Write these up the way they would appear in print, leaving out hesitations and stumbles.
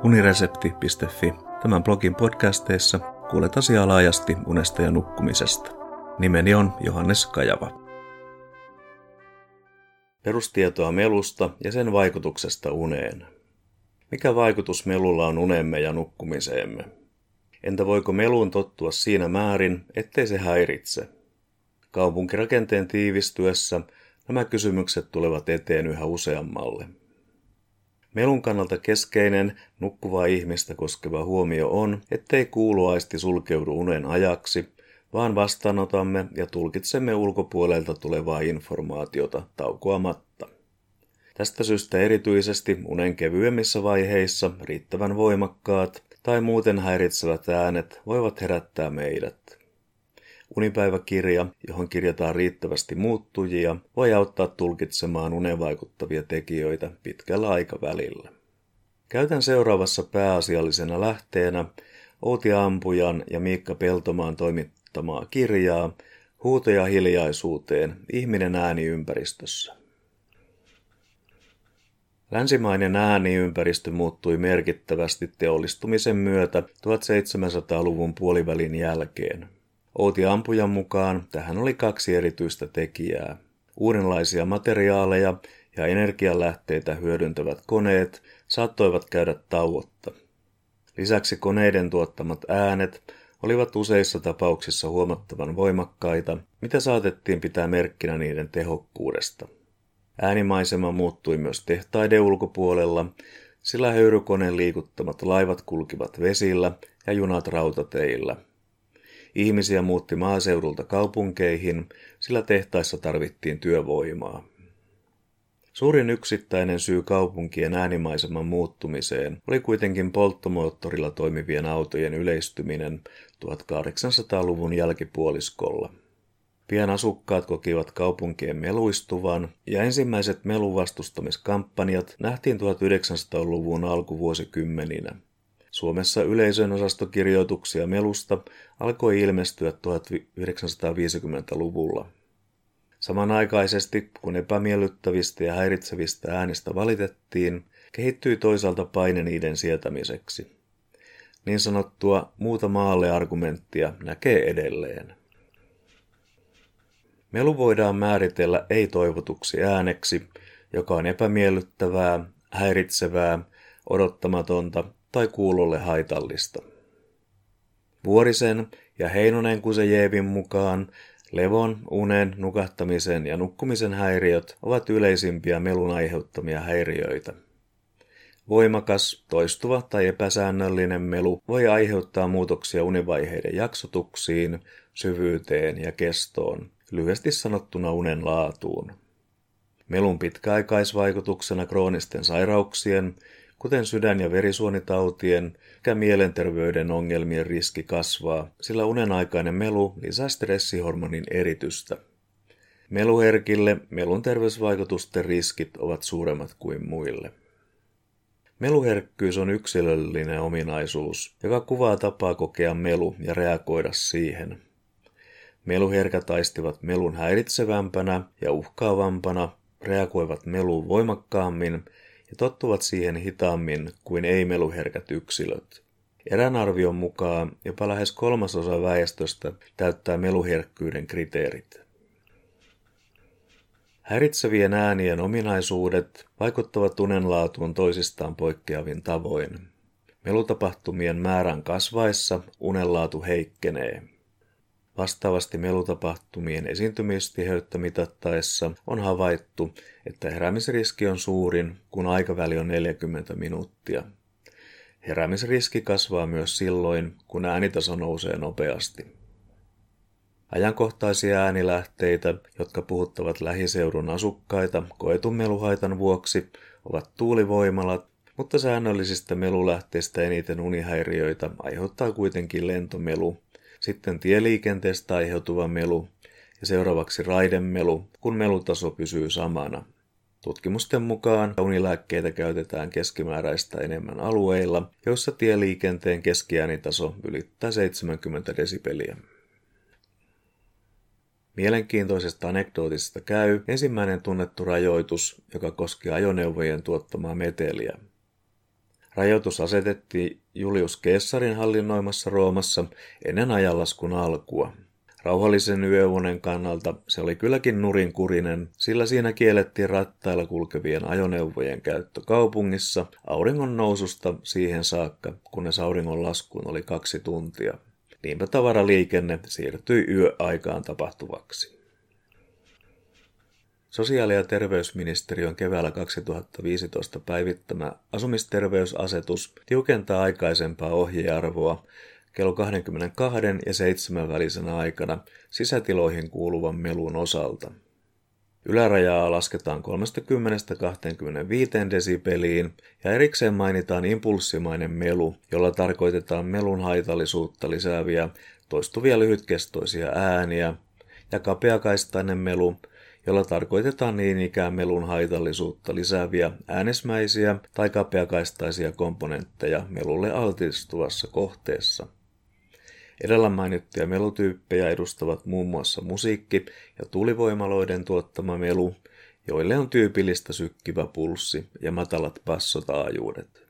uniresepti.fi. Tämän blogin podcasteissa kuulet asiaa laajasti unesta ja nukkumisesta. Nimeni on Johannes Kajava. Perustietoa melusta ja sen vaikutuksesta uneen. Mikä vaikutus melulla on unemme ja nukkumiseemme? Entä voiko meluun tottua siinä määrin, ettei se häiritse? Kaupunkirakenteen tiivistyessä nämä kysymykset tulevat eteen yhä useammalle. Melun kannalta keskeinen nukkuvaa ihmistä koskeva huomio on, ettei kuuloaisti sulkeudu unen ajaksi, vaan vastaanotamme ja tulkitsemme ulkopuolelta tulevaa informaatiota taukoamatta. Tästä syystä erityisesti unen kevyemmissä vaiheissa riittävän voimakkaat tai muuten häiritsevät äänet voivat herättää meidät. Unipäiväkirja, johon kirjataan riittävästi muuttujia, voi auttaa tulkitsemaan uneen vaikuttavia tekijöitä pitkällä aikavälillä. Käytän seuraavassa pääasiallisena lähteenä Outi Ampujan ja Miikka Peltomaan toimittamaa kirjaa Huutoja hiljaisuuteen, ihminen ääniympäristössä. Länsimainen ääniympäristö muuttui merkittävästi teollistumisen myötä 1700-luvun puolivälin jälkeen. Outi Ampujan mukaan tähän oli kaksi erityistä tekijää. Uudenlaisia materiaaleja ja energialähteitä hyödyntävät koneet saattoivat käydä tauotta. Lisäksi koneiden tuottamat äänet olivat useissa tapauksissa huomattavan voimakkaita, mitä saatettiin pitää merkkinä niiden tehokkuudesta. Äänimaisema muuttui myös tehtaiden ulkopuolella, sillä höyrykoneen liikuttamat laivat kulkivat vesillä ja junat rautateillä. Ihmisiä muutti maaseudulta kaupunkeihin, sillä tehtaissa tarvittiin työvoimaa. Suurin yksittäinen syy kaupunkien äänimaiseman muuttumiseen oli kuitenkin polttomoottorilla toimivien autojen yleistyminen 1800-luvun jälkipuoliskolla. Pian asukkaat kokivat kaupunkien meluistuvan ja ensimmäiset meluvastustamiskampanjat nähtiin 1900-luvun alkuvuosikymmeninä. Suomessa yleisönosastokirjoituksia melusta alkoi ilmestyä 1950-luvulla. Samanaikaisesti, kun epämiellyttävistä ja häiritsevistä äänistä valitettiin, kehittyi toisaalta paine niiden sietämiseksi. Niin sanottua muuta maalle argumenttia näkee edelleen. Melu voidaan määritellä ei-toivotuksi ääneksi, joka on epämiellyttävää, häiritsevää, odottamatonta tai kuulolle haitallista. Vuorisen ja Heinonen Kusejeevin mukaan levon, unen, nukahtamisen ja nukkumisen häiriöt ovat yleisimpiä melun aiheuttamia häiriöitä. Voimakas, toistuva tai epäsäännöllinen melu voi aiheuttaa muutoksia univaiheiden jaksotuksiin, syvyyteen ja kestoon, lyhyesti sanottuna unen laatuun. Melun pitkäaikaisvaikutuksena kroonisten sairauksien, kuten sydän- ja verisuonitautien sekä mielenterveyden ongelmien riski kasvaa, sillä unenaikainen melu lisää stressihormonin eritystä. Meluherkille melun terveysvaikutusten riskit ovat suuremmat kuin muille. Meluherkkyys on yksilöllinen ominaisuus, joka kuvaa tapaa kokea melu ja reagoida siihen. Meluherkät aistivat melun häiritsevämpänä ja uhkaavampana, reagoivat meluun voimakkaammin ja tottuvat siihen hitaammin kuin ei-meluherkät yksilöt. Erään arvion mukaan jopa lähes 1/3 väestöstä täyttää meluherkkyyden kriteerit. Häiritsevien äänien ominaisuudet vaikuttavat unenlaatuun toisistaan poikkeavin tavoin. Melutapahtumien määrän kasvaessa unenlaatu heikkenee. Vastaavasti melutapahtumien esiintymistiheyttä mitattaessa on havaittu, että heräämisriski on suurin, kun aikaväli on 40 minuuttia. Heräämisriski kasvaa myös silloin, kun äänitaso nousee nopeasti. Ajankohtaisia äänilähteitä, jotka puhuttavat lähiseudun asukkaita koetun meluhaitan vuoksi, ovat tuulivoimalat, mutta säännöllisistä melulähteistä eniten unihäiriöitä aiheuttaa kuitenkin lentomelu, sitten tieliikenteestä aiheutuva melu ja seuraavaksi raidemelu, kun melutaso pysyy samana. Tutkimusten mukaan unilääkkeitä käytetään keskimääräistä enemmän alueilla, joissa tieliikenteen keskiäänitaso ylittää 70 desibeliä. Mielenkiintoisesta anekdootista käy ensimmäinen tunnettu rajoitus, joka koski ajoneuvojen tuottamaa meteliä. Rajoitus asetettiin Julius Caesarin hallinnoimassa Roomassa ennen ajanlaskun alkua. Rauhallisen yöunen kannalta se oli kylläkin nurinkurinen, sillä siinä kiellettiin rattailla kulkevien ajoneuvojen käyttö kaupungissa auringon noususta siihen saakka, kunnes auringon laskuun oli 2 tuntia. Niinpä tavaraliikenne siirtyi yöaikaan tapahtuvaksi. Sosiaali- ja terveysministeriön keväällä 2015 päivittämä asumisterveysasetus tiukentaa aikaisempaa ohjearvoa kello 22 ja 7 välisenä aikana sisätiloihin kuuluvan melun osalta. Ylärajaa lasketaan 30–25 desibeliin ja erikseen mainitaan impulssimainen melu, jolla tarkoitetaan melun haitallisuutta lisääviä toistuvia lyhytkestoisia ääniä, ja kapeakaistainen melu, jolla tarkoitetaan niin ikään melun haitallisuutta lisääviä äänesmäisiä tai kapeakaistaisia komponentteja melulle altistuvassa kohteessa. Edellä mainittuja melutyyppejä edustavat muun muassa musiikki- ja tuulivoimaloiden tuottama melu, joille on tyypillistä sykkivä pulssi ja matalat bassotaajuudet.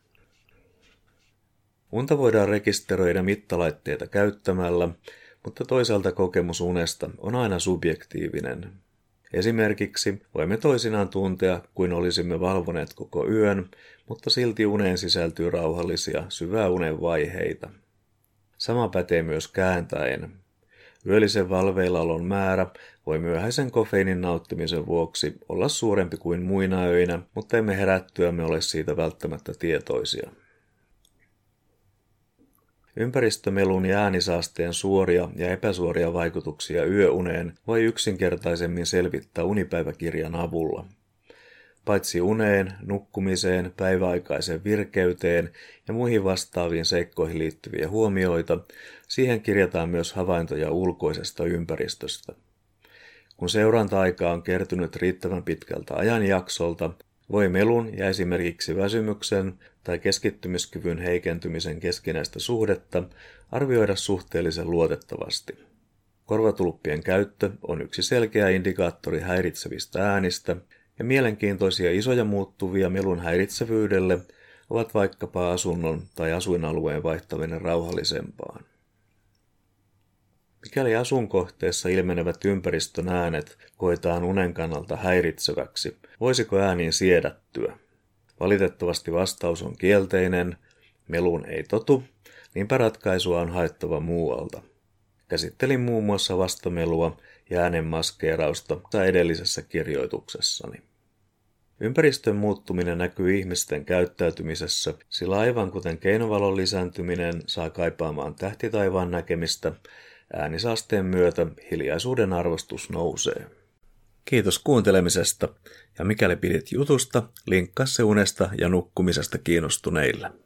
Unta voidaan rekisteröidä mittalaitteita käyttämällä, mutta toisaalta kokemus unesta on aina subjektiivinen. Esimerkiksi voimme toisinaan tuntea, kuin olisimme valvoneet koko yön, mutta silti uneen sisältyy rauhallisia syvää unen vaiheita. Sama pätee myös kääntäen. Yöllisen valveillaolon määrä voi myöhäisen kofeiinin nauttimisen vuoksi olla suurempi kuin muina öinä, mutta emme herättyämme ole siitä välttämättä tietoisia. Ympäristömelun ja äänisaasteen suoria ja epäsuoria vaikutuksia yöuneen voi yksinkertaisemmin selvittää unipäiväkirjan avulla. Paitsi uneen, nukkumiseen, päiväaikaiseen virkeyteen ja muihin vastaaviin seikkoihin liittyviä huomioita, siihen kirjataan myös havaintoja ulkoisesta ympäristöstä. Kun seuranta-aika on kertynyt riittävän pitkältä ajanjaksolta, voi melun ja esimerkiksi väsymyksen tai keskittymiskyvyn heikentymisen keskinäistä suhdetta arvioida suhteellisen luotettavasti. Korvatulppien käyttö on yksi selkeä indikaattori häiritsevistä äänistä, ja mielenkiintoisia isoja muuttuvia melun häiritsevyydelle ovat vaikkapa asunnon tai asuinalueen vaihtaminen rauhallisempaan. Mikäli asuinkohteessa ilmenevät ympäristön äänet koetaan unen kannalta häiritseväksi, voisiko ääniin siedättyä? Valitettavasti vastaus on kielteinen, meluun ei totu, niinpä ratkaisua on haettava muualta. Käsittelin muun muassa vastamelua ja äänen maskeerausta edellisessä kirjoituksessani. Ympäristön muuttuminen näkyy ihmisten käyttäytymisessä, sillä aivan kuten keinovalon lisääntyminen saa kaipaamaan tähtitaivaan näkemistä, äänisaasteen myötä hiljaisuuden arvostus nousee. Kiitos kuuntelemisesta, ja mikäli pidit jutusta, linkkaa se unesta ja nukkumisesta kiinnostuneille.